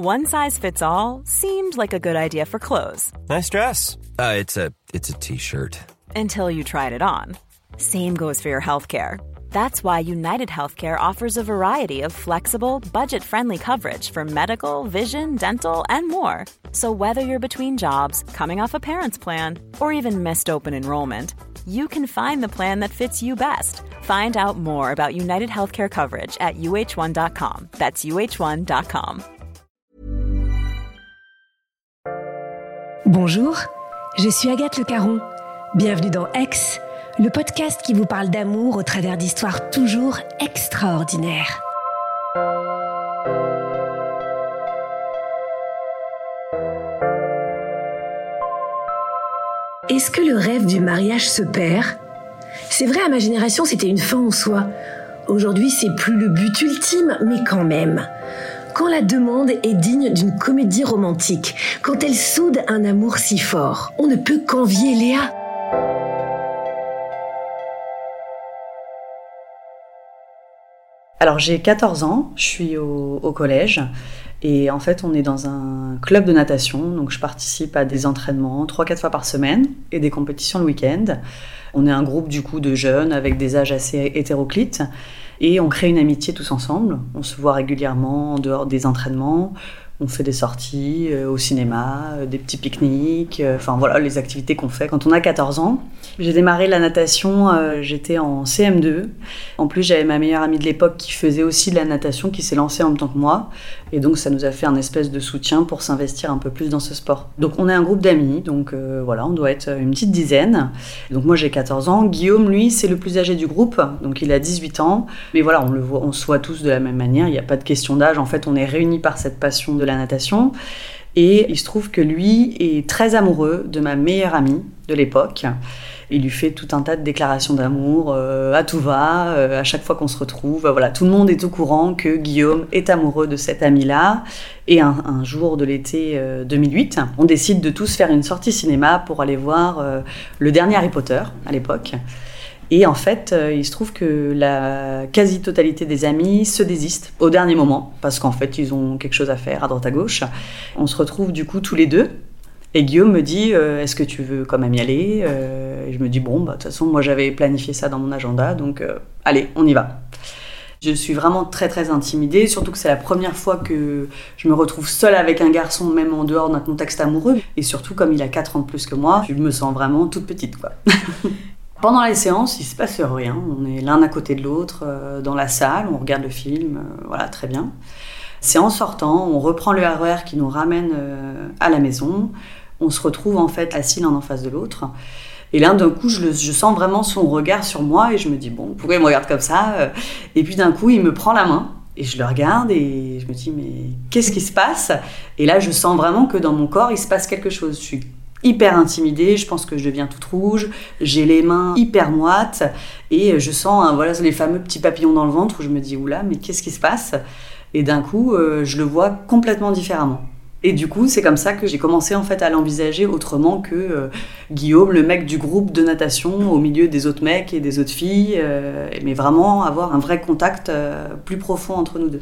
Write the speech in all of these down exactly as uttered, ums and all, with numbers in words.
One size fits all seemed like a good idea for clothes. Nice dress. Uh, it's a it's a t-shirt. Until you tried it on. Same goes for your healthcare. That's why United Healthcare offers a variety of flexible, budget-friendly coverage for medical, vision, dental, and more. So whether you're between jobs, coming off a parent's plan, or even missed open enrollment, you can find the plan that fits you best. Find out more about United Healthcare coverage at U H one dot com. That's U H one dot com. Bonjour, je suis Agathe Le Caron. Bienvenue dans Ex, le podcast qui vous parle d'amour au travers d'histoires toujours extraordinaires. Est-ce que le rêve du mariage se perd ? C'est vrai, à ma génération, c'était une fin en soi. Aujourd'hui, c'est plus le but ultime, mais quand même. Quand la demande est digne d'une comédie romantique, quand elle soude un amour si fort, on ne peut qu'envier Léa. Alors j'ai quatorze ans, je suis au, au collège et en fait on est dans un club de natation, donc je participe à des entraînements trois quatre fois par semaine et des compétitions le week-end. On est un groupe du coup de jeunes avec des âges assez hétéroclites et on crée une amitié tous ensemble. On se voit régulièrement en dehors des entraînements. On fait des sorties euh, au cinéma, euh, des petits pique-niques, euh, enfin voilà les activités qu'on fait quand on a quatorze ans. J'ai démarré la natation, euh, j'étais en C M deux. En plus, j'avais ma meilleure amie de l'époque qui faisait aussi de la natation, qui s'est lancée en même temps que moi. Et donc, ça nous a fait un espèce de soutien pour s'investir un peu plus dans ce sport. Donc, on est un groupe d'amis, donc euh, voilà, on doit être une petite dizaine. Donc, moi, j'ai quatorze ans. Guillaume, lui, c'est le plus âgé du groupe, donc il a dix-huit ans. Mais voilà, on, le voit, on se voit tous de la même manière, il n'y a pas de question d'âge. En fait, on est réunis par cette passion de la natation. Et il se trouve que lui est très amoureux de ma meilleure amie de l'époque. Il lui fait tout un tas de déclarations d'amour euh, à tout va, euh, à chaque fois qu'on se retrouve. Voilà, tout le monde est au courant que Guillaume est amoureux de cette amie-là. Et un, un jour de l'été euh, deux mille huit, on décide de tous faire une sortie cinéma pour aller voir euh, le dernier Harry Potter à l'époque. Et en fait, euh, il se trouve que la quasi-totalité des amis se désistent au dernier moment, parce qu'en fait, ils ont quelque chose à faire à droite à gauche. On se retrouve du coup tous les deux. Et Guillaume me dit euh, « Est-ce que tu veux quand même y aller ?» euh, Et je me dis « Bon, bah, de toute façon, moi j'avais planifié ça dans mon agenda, donc euh, allez, on y va !» Je suis vraiment très très intimidée, surtout que c'est la première fois que je me retrouve seule avec un garçon, même en dehors d'un contexte amoureux. Et surtout, comme il a quatre ans de plus que moi, je me sens vraiment toute petite, quoi. Pendant les séances, il se passe rien. On est l'un à côté de l'autre euh, dans la salle, on regarde le film, euh, voilà, très bien. C'est en sortant, on reprend le R E R qui nous ramène euh, à la maison. On se retrouve en fait assis l'un en face de l'autre. Et là, d'un coup, je, le, je sens vraiment son regard sur moi et je me dis, bon, pourquoi il me regarde comme ça ? Et puis d'un coup, il me prend la main et je le regarde et je me dis, mais qu'est-ce qui se passe ? Et là, je sens vraiment que dans mon corps, il se passe quelque chose. Je suis hyper intimidée, je pense que je deviens toute rouge, j'ai les mains hyper moites et je sens hein, voilà, les fameux petits papillons dans le ventre où je me dis, oula, mais qu'est-ce qui se passe ? Et d'un coup, euh, je le vois complètement différemment. Et du coup, c'est comme ça que j'ai commencé en fait à l'envisager autrement que euh, Guillaume, le mec du groupe de natation au milieu des autres mecs et des autres filles, euh, mais vraiment avoir un vrai contact euh, plus profond entre nous deux.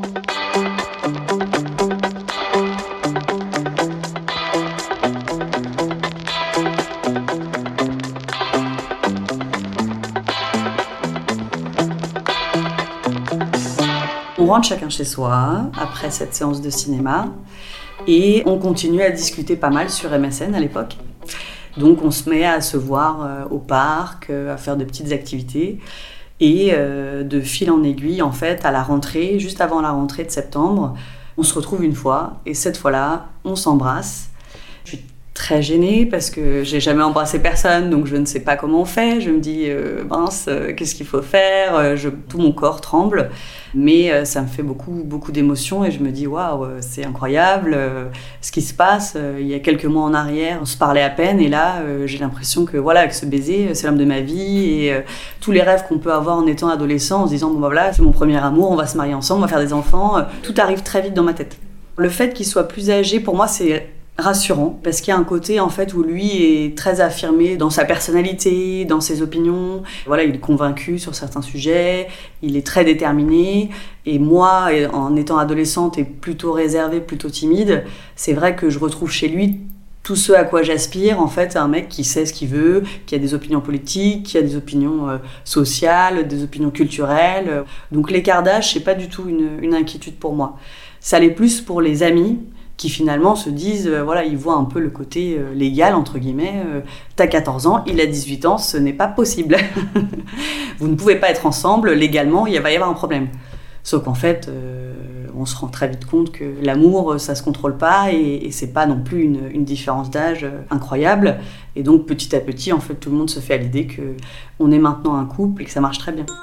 On rentre chacun chez soi après cette séance de cinéma et on continue à discuter pas mal sur M S N à l'époque. Donc on se met à se voir euh, au parc, euh, à faire de petites activités et euh, de fil en aiguille en fait à la rentrée, juste avant la rentrée de septembre, on se retrouve une fois et cette fois-là on s'embrasse. Je suis très gênée parce que j'ai jamais embrassé personne, donc je ne sais pas comment on fait. Je me dis, euh, mince, euh, qu'est-ce qu'il faut faire ? je, Tout mon corps tremble, mais euh, ça me fait beaucoup, beaucoup d'émotions et je me dis, waouh, c'est incroyable euh, ce qui se passe. Euh, il y a quelques mois en arrière, on se parlait à peine et là, euh, j'ai l'impression que voilà, avec ce baiser, c'est l'homme de ma vie et euh, tous les rêves qu'on peut avoir en étant adolescent, en se disant, bon bah voilà, c'est mon premier amour, on va se marier ensemble, on va faire des enfants. Euh, tout arrive très vite dans ma tête. Le fait qu'il soit plus âgé, pour moi, c'est rassurant, parce qu'il y a un côté en fait où lui est très affirmé dans sa personnalité, dans ses opinions. Voilà, il est convaincu sur certains sujets, il est très déterminé. Et moi, en étant adolescente et plutôt réservée, plutôt timide, c'est vrai que je retrouve chez lui tout ce à quoi j'aspire, en fait, un mec qui sait ce qu'il veut, qui a des opinions politiques, qui a des opinions euh, sociales, des opinions culturelles. Donc l'écart d'âge, c'est pas du tout une, une inquiétude pour moi. Ça l'est plus pour les amis qui finalement se disent, euh, voilà, ils voient un peu le côté euh, légal, entre guillemets. Euh, t'as quatorze ans, il a dix-huit ans, ce n'est pas possible. Vous ne pouvez pas être ensemble, légalement, il va y avoir un problème. Sauf qu'en fait, euh, on se rend très vite compte que l'amour, ça se contrôle pas et, et c'est pas non plus une, une différence d'âge incroyable. Et donc, petit à petit, en fait, tout le monde se fait à l'idée qu'on est maintenant un couple et que ça marche très bien.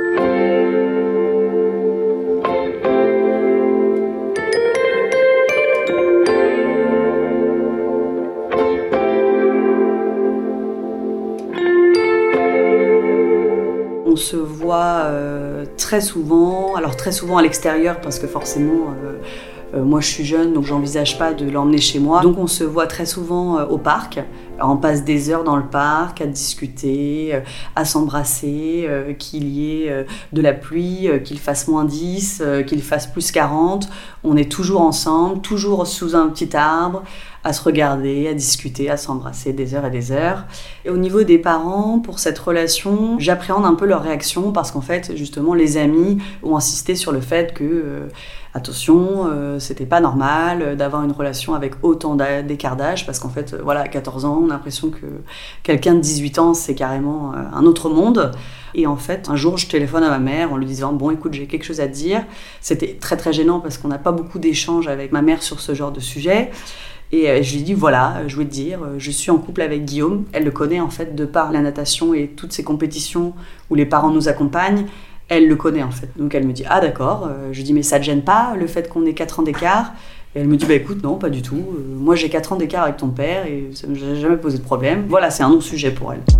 On se voit euh, très souvent, alors très souvent à l'extérieur parce que forcément, euh, euh, moi je suis jeune donc j'envisage pas de l'emmener chez moi. Donc on se voit très souvent euh, au parc, on passe des heures dans le parc à discuter, euh, à s'embrasser, euh, qu'il y ait euh, de la pluie, euh, qu'il fasse moins dix, euh, qu'il fasse plus quarante. On est toujours ensemble, toujours sous un petit arbre, à se regarder, à discuter, à s'embrasser des heures et des heures. Et au niveau des parents, pour cette relation, j'appréhende un peu leur réaction parce qu'en fait, justement, les amis ont insisté sur le fait que, euh, attention, euh, c'était pas normal d'avoir une relation avec autant d'écart d'âge parce qu'en fait, euh, voilà, à quatorze ans, on a l'impression que quelqu'un de dix-huit ans, c'est carrément euh, un autre monde. Et en fait, un jour, je téléphone à ma mère en lui disant « Bon, écoute, j'ai quelque chose à te dire ». C'était très, très gênant parce qu'on n'a pas beaucoup d'échanges avec ma mère sur ce genre de sujet. Et je lui ai dit, voilà, je voulais te dire, je suis en couple avec Guillaume. Elle le connaît en fait de par la natation et toutes ces compétitions où les parents nous accompagnent. Elle le connaît en fait. Donc elle me dit, ah d'accord. Je lui dis, mais ça te gêne pas le fait qu'on ait quatre ans d'écart ? Et elle me dit, bah écoute, non, pas du tout. Moi j'ai quatre ans d'écart avec ton père et ça ne m'a jamais posé de problème. Voilà, c'est un non-sujet pour elle.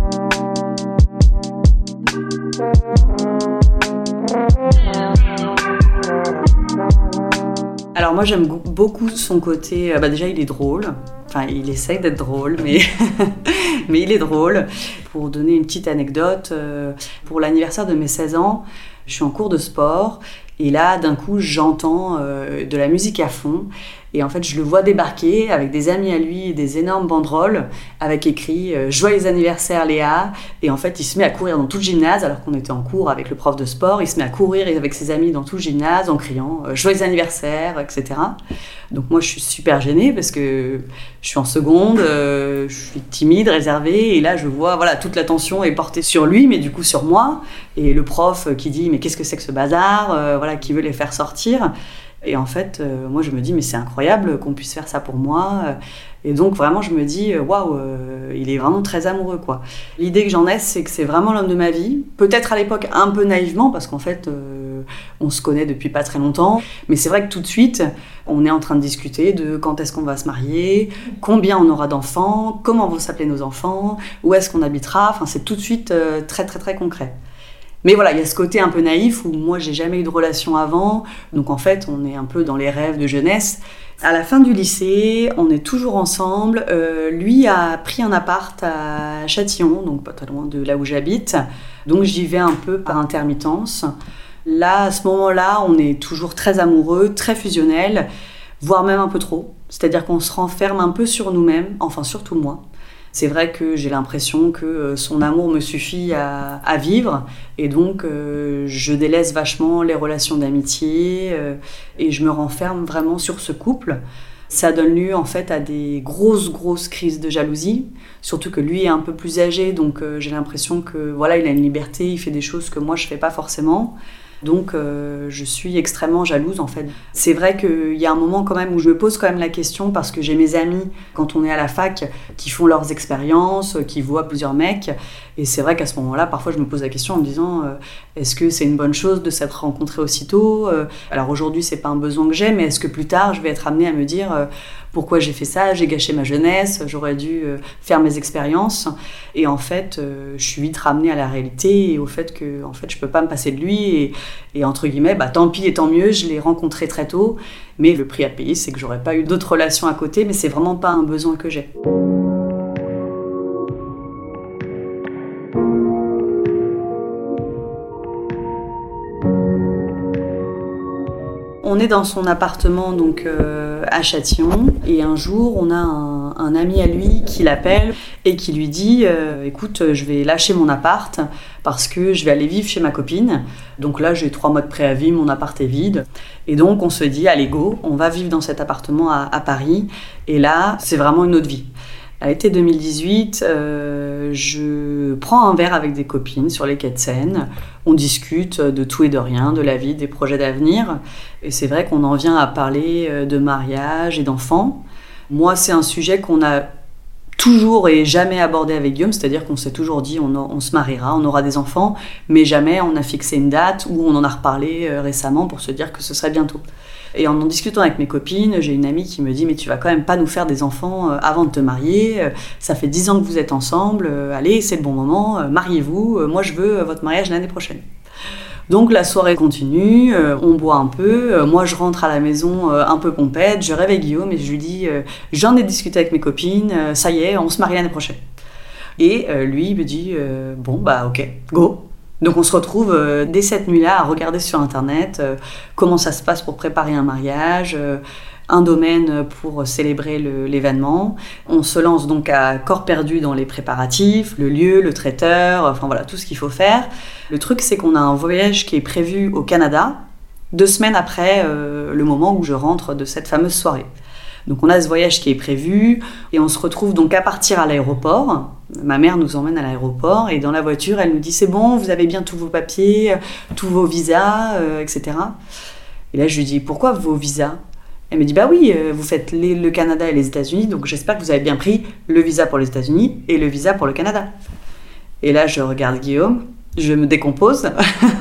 Alors moi j'aime beaucoup son côté, bah déjà il est drôle, enfin il essaye d'être drôle, mais, mais il est drôle. Pour donner une petite anecdote, pour l'anniversaire de mes seize ans, je suis en cours de sport et là d'un coup j'entends euh, de la musique à fond et en fait je le vois débarquer avec des amis à lui et des énormes banderoles avec écrit euh, « Joyeux anniversaire Léa » et en fait il se met à courir dans tout le gymnase alors qu'on était en cours avec le prof de sport, il se met à courir avec ses amis dans tout le gymnase en criant euh, « Joyeux anniversaire » et cetera. Donc moi je suis super gênée parce que je suis en seconde, euh, je suis timide, réservée et là je vois voilà toute l'attention est portée sur lui mais du coup sur moi et le prof qui dit « Mais qu'est-ce que c'est que ce bazar euh, ?» voilà, qui veut les faire sortir. Et en fait, euh, moi, je me dis, mais c'est incroyable qu'on puisse faire ça pour moi. Et donc, vraiment, je me dis, waouh, euh, il est vraiment très amoureux, quoi. L'idée que j'en ai, c'est que c'est vraiment l'homme de ma vie. Peut-être à l'époque, un peu naïvement, parce qu'en fait, euh, on se connaît depuis pas très longtemps. Mais c'est vrai que tout de suite, on est en train de discuter de quand est-ce qu'on va se marier, combien on aura d'enfants, comment vont s'appeler nos enfants, où est-ce qu'on habitera. Enfin, c'est tout de suite euh, très, très, très concret. Mais voilà, il y a ce côté un peu naïf où moi, j'ai jamais eu de relation avant. Donc en fait, on est un peu dans les rêves de jeunesse. À la fin du lycée, on est toujours ensemble. Euh, lui a pris un appart à Châtillon, donc pas très loin de là où j'habite. Donc j'y vais un peu par intermittence. Là, à ce moment-là, on est toujours très amoureux, très fusionnels, voire même un peu trop. C'est-à-dire qu'on se renferme un peu sur nous-mêmes, enfin surtout moi. C'est vrai que j'ai l'impression que son amour me suffit à, à vivre et donc euh, je délaisse vachement les relations d'amitié euh, et je me renferme vraiment sur ce couple. Ça donne lieu en fait à des grosses grosses crises de jalousie, surtout que lui est un peu plus âgé donc euh, j'ai l'impression que voilà, il a une liberté, il fait des choses que moi je fais pas forcément. Donc euh, je suis extrêmement jalouse en fait. C'est vrai qu'il y a un moment quand même où je me pose quand même la question parce que j'ai mes amis quand on est à la fac qui font leurs expériences, qui voient plusieurs mecs et c'est vrai qu'à ce moment-là parfois je me pose la question en me disant euh, est-ce que c'est une bonne chose de s'être rencontrés aussitôt euh, alors aujourd'hui c'est pas un besoin que j'ai mais est-ce que plus tard je vais être amenée à me dire euh, pourquoi j'ai fait ça, j'ai gâché ma jeunesse, j'aurais dû euh, faire mes expériences et en fait euh, je suis vite ramenée à la réalité et au fait que en fait je peux pas me passer de lui et Et entre guillemets, bah, tant pis et tant mieux, je l'ai rencontré très tôt. Mais le prix à payer, c'est que j'aurais pas eu d'autres relations à côté, mais c'est vraiment pas un besoin que j'ai. On est dans son appartement donc euh, à Châtillon et un jour on a un, un ami à lui qui l'appelle et qui lui dit euh, écoute, je vais lâcher mon appart parce que je vais aller vivre chez ma copine. Donc là j'ai trois mois de préavis, mon appart est vide et donc on se dit allez go, on va vivre dans cet appartement à, à Paris et là c'est vraiment une autre vie. À l'été deux mille dix-huit, euh, je prends un verre avec des copines sur les quais de Seine. On discute de tout et de rien, de la vie, des projets d'avenir. Et c'est vrai qu'on en vient à parler de mariage et d'enfants. Moi, c'est un sujet qu'on a toujours et jamais abordé avec Guillaume, c'est-à-dire qu'on s'est toujours dit on, on se mariera, on aura des enfants, mais jamais on a fixé une date ou on en a reparlé récemment pour se dire que ce serait bientôt. Et en en discutant avec mes copines, j'ai une amie qui me dit « Mais tu vas quand même pas nous faire des enfants avant de te marier, ça fait dix ans que vous êtes ensemble, allez, c'est le bon moment, mariez-vous, moi je veux votre mariage l'année prochaine. » Donc la soirée continue, on boit un peu, moi je rentre à la maison un peu pompette, je réveille Guillaume et je lui dis « J'en ai discuté avec mes copines, ça y est, on se marie l'année prochaine. » Et lui il me dit « Bon bah ok, go !» Donc on se retrouve euh, dès cette nuit-là à regarder sur internet euh, comment ça se passe pour préparer un mariage, euh, un domaine pour célébrer le, l'événement. On se lance donc à corps perdu dans les préparatifs, le lieu, le traiteur, enfin voilà, tout ce qu'il faut faire. Le truc c'est qu'on a un voyage qui est prévu au Canada, deux semaines après euh, le moment où je rentre de cette fameuse soirée. Donc on a ce voyage qui est prévu et on se retrouve donc à partir à l'aéroport. Ma mère nous emmène à l'aéroport et dans la voiture, elle nous dit « C'est bon, vous avez bien tous vos papiers, tous vos visas, euh, et cetera » Et là, je lui dis « Pourquoi vos visas ?» Elle me dit « Bah oui, euh, vous faites les, le Canada et les États-Unis, donc j'espère que vous avez bien pris le visa pour les États-Unis et le visa pour le Canada. » Et là, je regarde Guillaume, je me décompose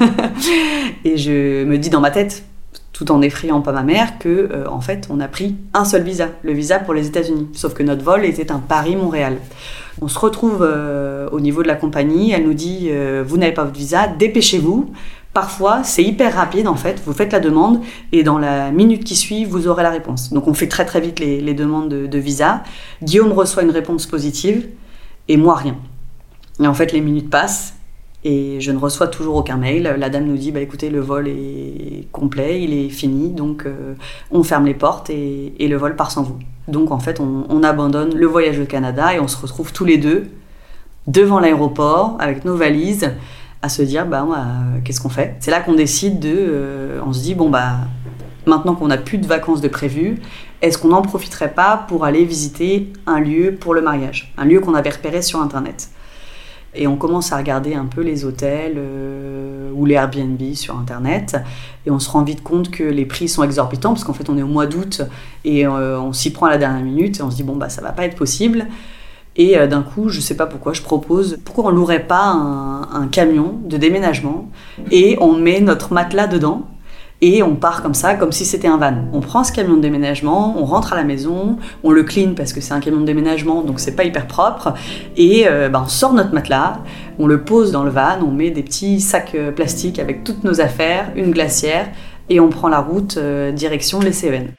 et je me dis dans ma tête, tout en effrayant pas ma mère, que euh, en fait, on a pris un seul visa, le visa pour les États-Unis. Sauf que notre vol était un Paris-Montréal. On se retrouve euh, au niveau de la compagnie, elle nous dit euh, « Vous n'avez pas votre visa, dépêchez-vous ». Parfois, c'est hyper rapide en fait, vous faites la demande et dans la minute qui suit, vous aurez la réponse. Donc on fait très très vite les, les demandes de, de visa. Guillaume reçoit une réponse positive et moi rien. Et en fait, les minutes passent. Et je ne reçois toujours aucun mail. La dame nous dit bah, « Écoutez, le vol est complet, il est fini, donc euh, on ferme les portes et, et le vol part sans vous. » Donc en fait, on, on abandonne le voyage au Canada et on se retrouve tous les deux devant l'aéroport avec nos valises à se dire bah, « bah, qu'est-ce qu'on fait ?» C'est là qu'on décide de... Euh, on se dit « Bon, bah, maintenant qu'on n'a plus de vacances de prévues, est-ce qu'on n'en profiterait pas pour aller visiter un lieu pour le mariage ?» Un lieu qu'on avait repéré sur Internet. Et on commence à regarder un peu les hôtels euh, ou les Airbnb sur Internet. Et on se rend vite compte que les prix sont exorbitants, parce qu'en fait, on est au mois d'août et euh, on s'y prend à la dernière minute. Et on se dit, bon, bah, ça va pas être possible. Et euh, d'un coup, je sais pas pourquoi, je propose, pourquoi on louerait pas un, un camion de déménagement et on met notre matelas dedans. Et on part comme ça, comme si c'était un van. On prend ce camion de déménagement, on rentre à la maison, on le clean parce que c'est un camion de déménagement, donc c'est pas hyper propre. Et euh, bah, on sort notre matelas, on le pose dans le van, on met des petits sacs euh, plastiques avec toutes nos affaires, une glacière, et on prend la route euh, direction les Cévennes.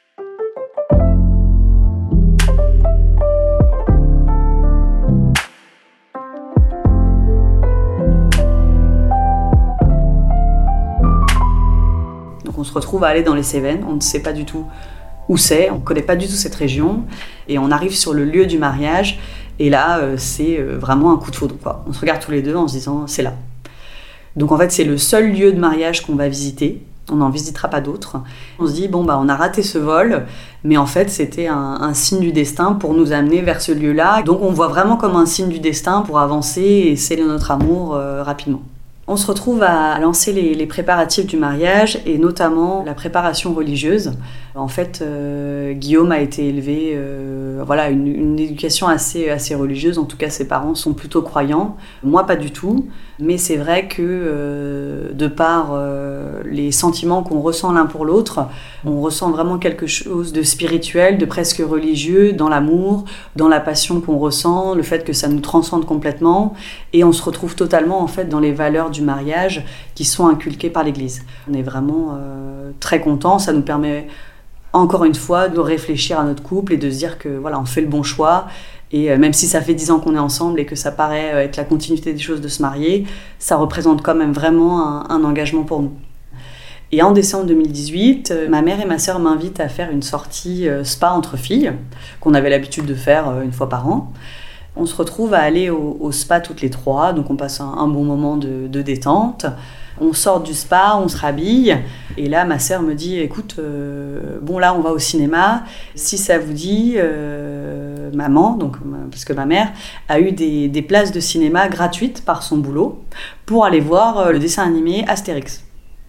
On se retrouve à aller dans les Cévennes, on ne sait pas du tout où c'est, on ne connaît pas du tout cette région, et on arrive sur le lieu du mariage, et là, euh, c'est euh, vraiment un coup de foudre, quoi. On se regarde tous les deux en se disant, c'est là. Donc en fait, c'est le seul lieu de mariage qu'on va visiter, on n'en visitera pas d'autres. On se dit, bon, bah, on a raté ce vol, mais en fait, c'était un, un signe du destin pour nous amener vers ce lieu-là. Donc on voit vraiment comme un signe du destin pour avancer et sceller notre amour euh, rapidement. On se retrouve à lancer les, les préparatifs du mariage et notamment la préparation religieuse. En fait, euh, Guillaume a été élevé, euh, voilà, une, une éducation assez, assez religieuse. En tout cas, ses parents sont plutôt croyants. Moi, pas du tout. Mais c'est vrai que, euh, de par euh, les sentiments qu'on ressent l'un pour l'autre, on ressent vraiment quelque chose de spirituel, de presque religieux, dans l'amour, dans la passion qu'on ressent, le fait que ça nous transcende complètement. Et on se retrouve totalement, en fait, dans les valeurs du mariage qui sont inculquées par l'Église. On est vraiment euh, très contents. Ça nous permet... encore une fois, de réfléchir à notre couple et de se dire que voilà, on fait le bon choix. Et même si ça fait dix ans qu'on est ensemble et que ça paraît être la continuité des choses de se marier, ça représente quand même vraiment un, un engagement pour nous. Et en décembre deux mille dix-huit, ma mère et ma sœur m'invitent à faire une sortie spa entre filles, qu'on avait l'habitude de faire une fois par an. On se retrouve à aller au, au spa toutes les trois, donc on passe un, un bon moment de, de détente. On sort du spa, on se rhabille, et là ma sœur me dit « Écoute, euh, bon là on va au cinéma, si ça vous dit, euh, maman, donc, parce que ma mère a eu des, des places de cinéma gratuites par son boulot pour aller voir le dessin animé Astérix ».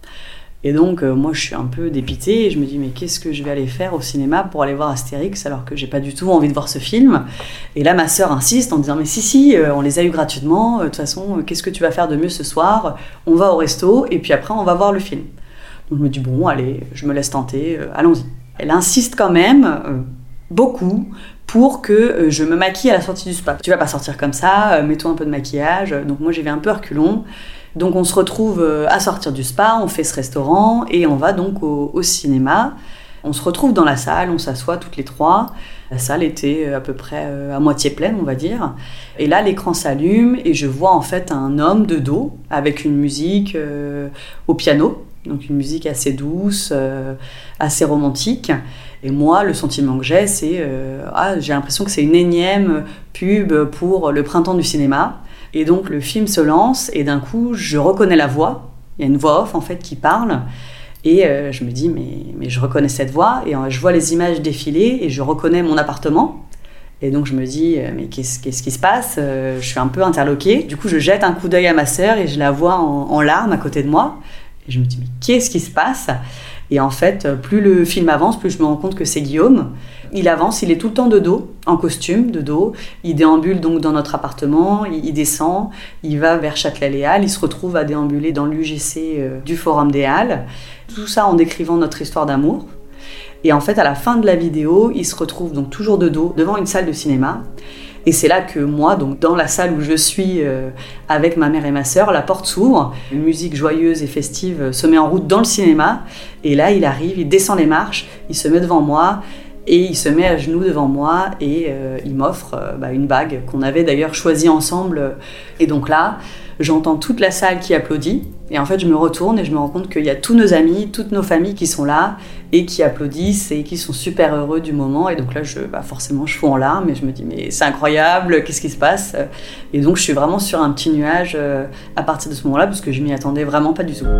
Et donc, euh, moi, je suis un peu dépitée et je me dis, mais qu'est-ce que je vais aller faire au cinéma pour aller voir Astérix alors que j'ai pas du tout envie de voir ce film. Et là, ma sœur insiste en disant, mais si, si, euh, on les a eu gratuitement. De toute façon, euh, qu'est-ce que tu vas faire de mieux ce soir ? On va au resto et puis après, on va voir le film. Donc, je me dis, bon, allez, je me laisse tenter, euh, allons-y. Elle insiste quand même euh, beaucoup pour que euh, je me maquille à la sortie du spa. Tu vas pas sortir comme ça, euh, mets-toi un peu de maquillage. Donc, moi, j'y vais un peu reculons. Donc on se retrouve à sortir du spa, on fait ce restaurant et on va donc au, au cinéma. On se retrouve dans la salle, on s'assoit toutes les trois. La salle était à peu près à moitié pleine, on va dire. Et là, l'écran s'allume et je vois en fait un homme de dos avec une musique euh, au piano. Donc une musique assez douce, euh, assez romantique. Et moi, le sentiment que j'ai, c'est... Euh, ah, j'ai l'impression que c'est une énième pub pour le printemps du cinéma. Et donc le film se lance et d'un coup je reconnais la voix, il y a une voix off en fait qui parle et euh, je me dis mais, mais je reconnais cette voix et euh, je vois les images défiler et je reconnais mon appartement et donc je me dis euh, mais qu'est-ce, qu'est-ce qui se passe, euh, je suis un peu interloquée, du coup je jette un coup d'œil à ma sœur et je la vois en, en larmes à côté de moi et je me dis mais qu'est-ce qui se passe ? Et en fait, plus le film avance, plus je me rends compte que c'est Guillaume. Il avance, il est tout le temps de dos, en costume, de dos. Il déambule donc dans notre appartement, il, il descend, il va vers Châtelet-Les Halles, il se retrouve à déambuler dans l'U G C euh, du Forum des Halles. Tout ça en décrivant notre histoire d'amour. Et en fait, à la fin de la vidéo, il se retrouve donc toujours de dos, devant une salle de cinéma. Et c'est là que moi, donc dans la salle où je suis euh, avec ma mère et ma sœur, la porte s'ouvre, une musique joyeuse et festive se met en route dans le cinéma. Et là, il arrive, il descend les marches, il se met devant moi et il se met à genoux devant moi et euh, il m'offre euh, bah, une bague qu'on avait d'ailleurs choisie ensemble. Et donc là, j'entends toute la salle qui applaudit. Et en fait, je me retourne et je me rends compte qu'il y a tous nos amis, toutes nos familles qui sont là et qui applaudissent et qui sont super heureux du moment. Et donc là, je, bah forcément, je fous en larmes et je me dis, mais c'est incroyable, qu'est-ce qui se passe ? Et donc, je suis vraiment sur un petit nuage à partir de ce moment-là parce que je m'y attendais vraiment pas du tout.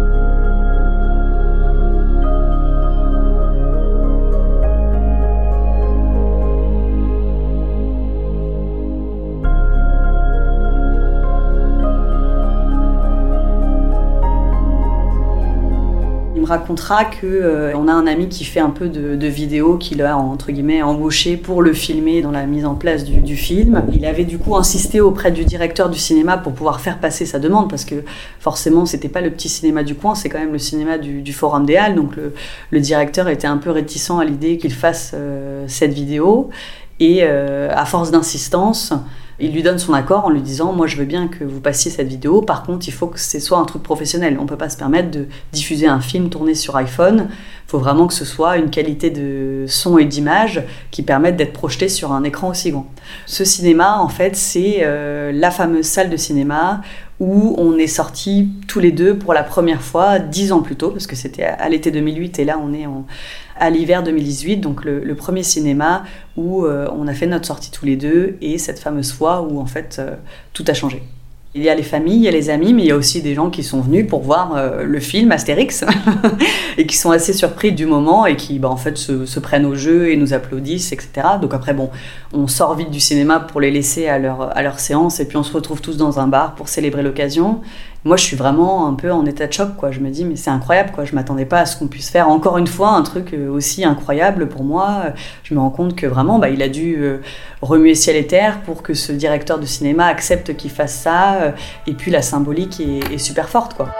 Il me racontera qu'on euh, a un ami qui fait un peu de, de vidéos, qu'il a entre guillemets embauché pour le filmer dans la mise en place du, du film. Il avait du coup insisté auprès du directeur du cinéma pour pouvoir faire passer sa demande parce que forcément c'était pas le petit cinéma du coin, c'est quand même le cinéma du, du Forum des Halles. Donc le, le directeur était un peu réticent à l'idée qu'il fasse euh, cette vidéo et euh, à force d'insistance, il lui donne son accord en lui disant « Moi, je veux bien que vous passiez cette vidéo. Par contre, il faut que ce soit un truc professionnel. On ne peut pas se permettre de diffuser un film tourné sur iPhone. Il faut vraiment que ce soit une qualité de son et d'image qui permette d'être projeté sur un écran aussi grand. » Ce cinéma, en fait, c'est euh, la fameuse salle de cinéma où on est sortis tous les deux pour la première fois, dix ans plus tôt, parce que c'était à l'été deux mille huit et là, on est en... à l'hiver deux mille dix-huit, donc le, le premier cinéma où euh, on a fait notre sortie tous les deux et cette fameuse fois où en fait euh, tout a changé. Il y a les familles, il y a les amis, mais il y a aussi des gens qui sont venus pour voir euh, le film Astérix et qui sont assez surpris du moment et qui bah, en fait se, se prennent au jeu et nous applaudissent, et cetera. Donc après bon, on sort vite du cinéma pour les laisser à leur, à leur séance et puis on se retrouve tous dans un bar pour célébrer l'occasion. Moi, je suis vraiment un peu en état de choc, quoi. Je me dis, mais c'est incroyable, quoi. Je m'attendais pas à ce qu'on puisse faire encore une fois un truc aussi incroyable pour moi. Je me rends compte que vraiment, bah, il a dû remuer ciel et terre pour que ce directeur de cinéma accepte qu'il fasse ça. Et puis la symbolique est, est super forte, quoi.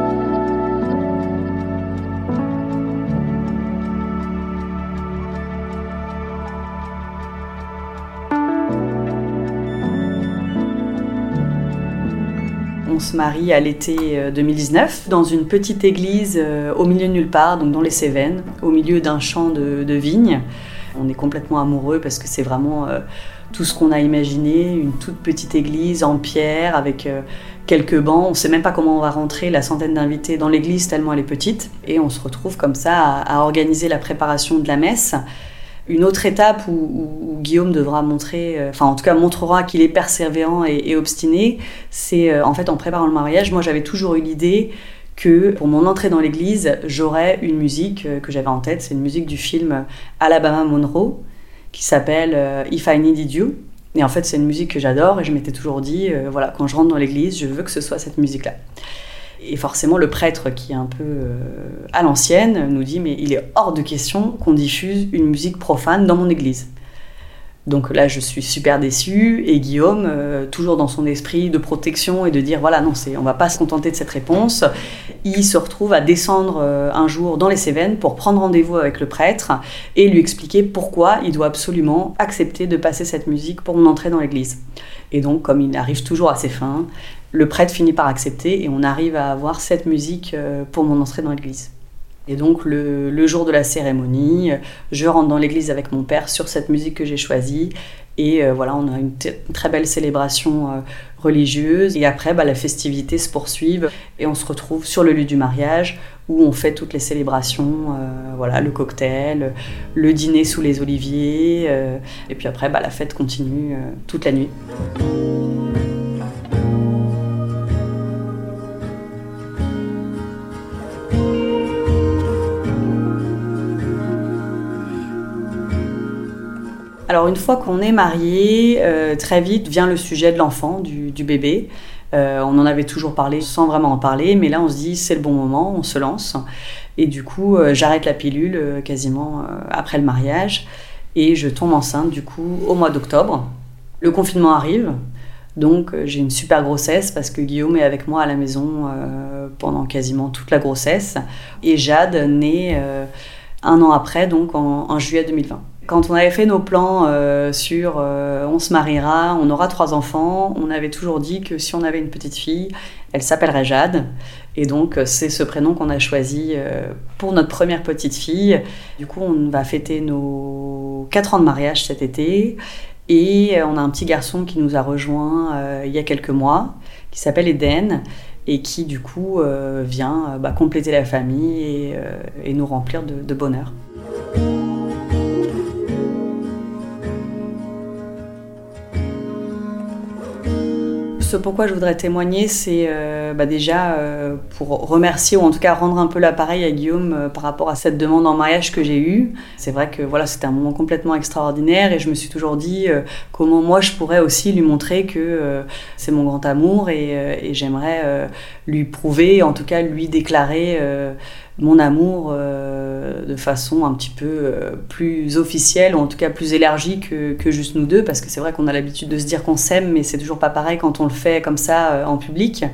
On se marie à l'été deux mille dix-neuf dans une petite église au milieu de nulle part, donc dans les Cévennes, au milieu d'un champ de, de vignes. On est complètement amoureux parce que c'est vraiment euh, tout ce qu'on a imaginé, une toute petite église en pierre avec euh, quelques bancs. On ne sait même pas comment on va rentrer, la centaine d'invités dans l'église tellement elle est petite. Et on se retrouve comme ça à, à organiser la préparation de la messe. Une autre étape où, où, où Guillaume devra montrer, euh, enfin en tout cas montrera qu'il est persévérant et, et obstiné, c'est euh, en fait en préparant le mariage, moi j'avais toujours eu l'idée que pour mon entrée dans l'église, j'aurais une musique euh, que j'avais en tête, c'est une musique du film Alabama Monroe qui s'appelle euh, If I Needed You. Et en fait c'est une musique que j'adore et je m'étais toujours dit, euh, voilà, quand je rentre dans l'église, je veux que ce soit cette musique-là. Et forcément, le prêtre, qui est un peu euh, à l'ancienne, nous dit « mais il est hors de question qu'on diffuse une musique profane dans mon église ». Donc là, je suis super déçue, et Guillaume, euh, toujours dans son esprit de protection et de dire « voilà, non, c'est, on ne va pas se contenter de cette réponse », il se retrouve à descendre euh, un jour dans les Cévennes pour prendre rendez-vous avec le prêtre et lui expliquer pourquoi il doit absolument accepter de passer cette musique pour mon entrée dans l'église. Et donc, comme il arrive toujours à ses fins, le prêtre finit par accepter et on arrive à avoir cette musique pour mon entrée dans l'église. Et donc le, le jour de la cérémonie, je rentre dans l'église avec mon père sur cette musique que j'ai choisie et euh, voilà, on a une, t- une très belle célébration euh, religieuse et après bah, la festivité se poursuit et on se retrouve sur le lieu du mariage où on fait toutes les célébrations, euh, voilà, le cocktail, le dîner sous les oliviers euh, et puis après bah, la fête continue euh, toute la nuit. Alors une fois qu'on est marié, euh, très vite vient le sujet de l'enfant, du, du bébé. Euh, on en avait toujours parlé sans vraiment en parler, mais là on se dit c'est le bon moment, on se lance. Et du coup euh, j'arrête la pilule euh, quasiment euh, après le mariage et je tombe enceinte du coup au mois d'octobre. Le confinement arrive, donc euh, j'ai une super grossesse parce que Guillaume est avec moi à la maison euh, pendant quasiment toute la grossesse. Et Jade naît euh, un an après, donc en, en juillet deux mille vingt. Quand on avait fait nos plans euh, sur euh, on se mariera, on aura trois enfants, on avait toujours dit que si on avait une petite fille, elle s'appellerait Jade. Et donc c'est ce prénom qu'on a choisi euh, pour notre première petite fille. Du coup on va fêter nos quatre ans de mariage cet été. Et on a un petit garçon qui nous a rejoint euh, il y a quelques mois, qui s'appelle Eden, et qui du coup euh, vient euh, bah, compléter la famille et, euh, et nous remplir de, de bonheur. Ce pourquoi je voudrais témoigner, c'est euh, bah déjà euh, pour remercier ou en tout cas rendre un peu l'appareil à Guillaume euh, par rapport à cette demande en mariage que j'ai eue. C'est vrai que voilà, c'était un moment complètement extraordinaire et je me suis toujours dit euh, comment moi je pourrais aussi lui montrer que euh, c'est mon grand amour et, euh, et j'aimerais euh, lui prouver, en tout cas lui déclarer euh, mon amour euh, de façon un petit peu euh, plus officielle ou en tout cas plus élargie que, que juste nous deux, parce que c'est vrai qu'on a l'habitude de se dire qu'on s'aime mais c'est toujours pas pareil quand on le fait comme ça euh, en public.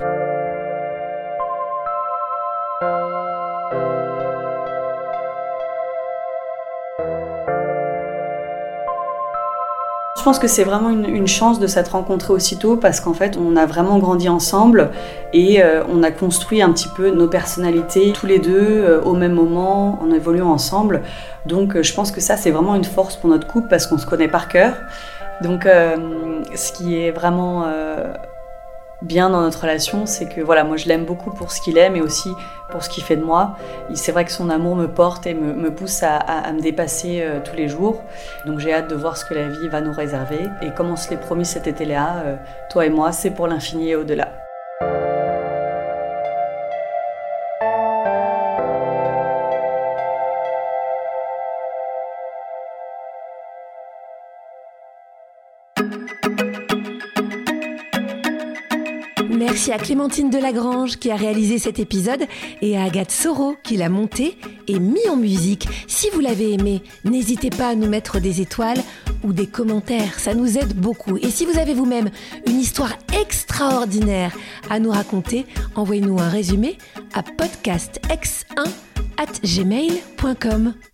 Je pense que c'est vraiment une, une chance de s'être rencontrés aussitôt parce qu'en fait, on a vraiment grandi ensemble et euh, on a construit un petit peu nos personnalités tous les deux euh, au même moment, en évoluant ensemble. Donc euh, je pense que ça, c'est vraiment une force pour notre couple parce qu'on se connaît par cœur. Donc euh, ce qui est vraiment euh, bien dans notre relation, c'est que voilà, moi je l'aime beaucoup pour ce qu'il aime et aussi pour ce qu'il fait de moi. C'est vrai que son amour me porte et me, me pousse à, à, à me dépasser euh, tous les jours. Donc j'ai hâte de voir ce que la vie va nous réserver. Et comme on se l'est promis cet été-là, euh, toi et moi, c'est pour l'infini et au-delà. Merci à Clémentine Delagrange qui a réalisé cet épisode et à Agathe Soro qui l'a monté et mis en musique. Si vous l'avez aimé, n'hésitez pas à nous mettre des étoiles ou des commentaires, ça nous aide beaucoup. Et si vous avez vous-même une histoire extraordinaire à nous raconter, envoyez-nous un résumé à podcast x un arobase gmail point com.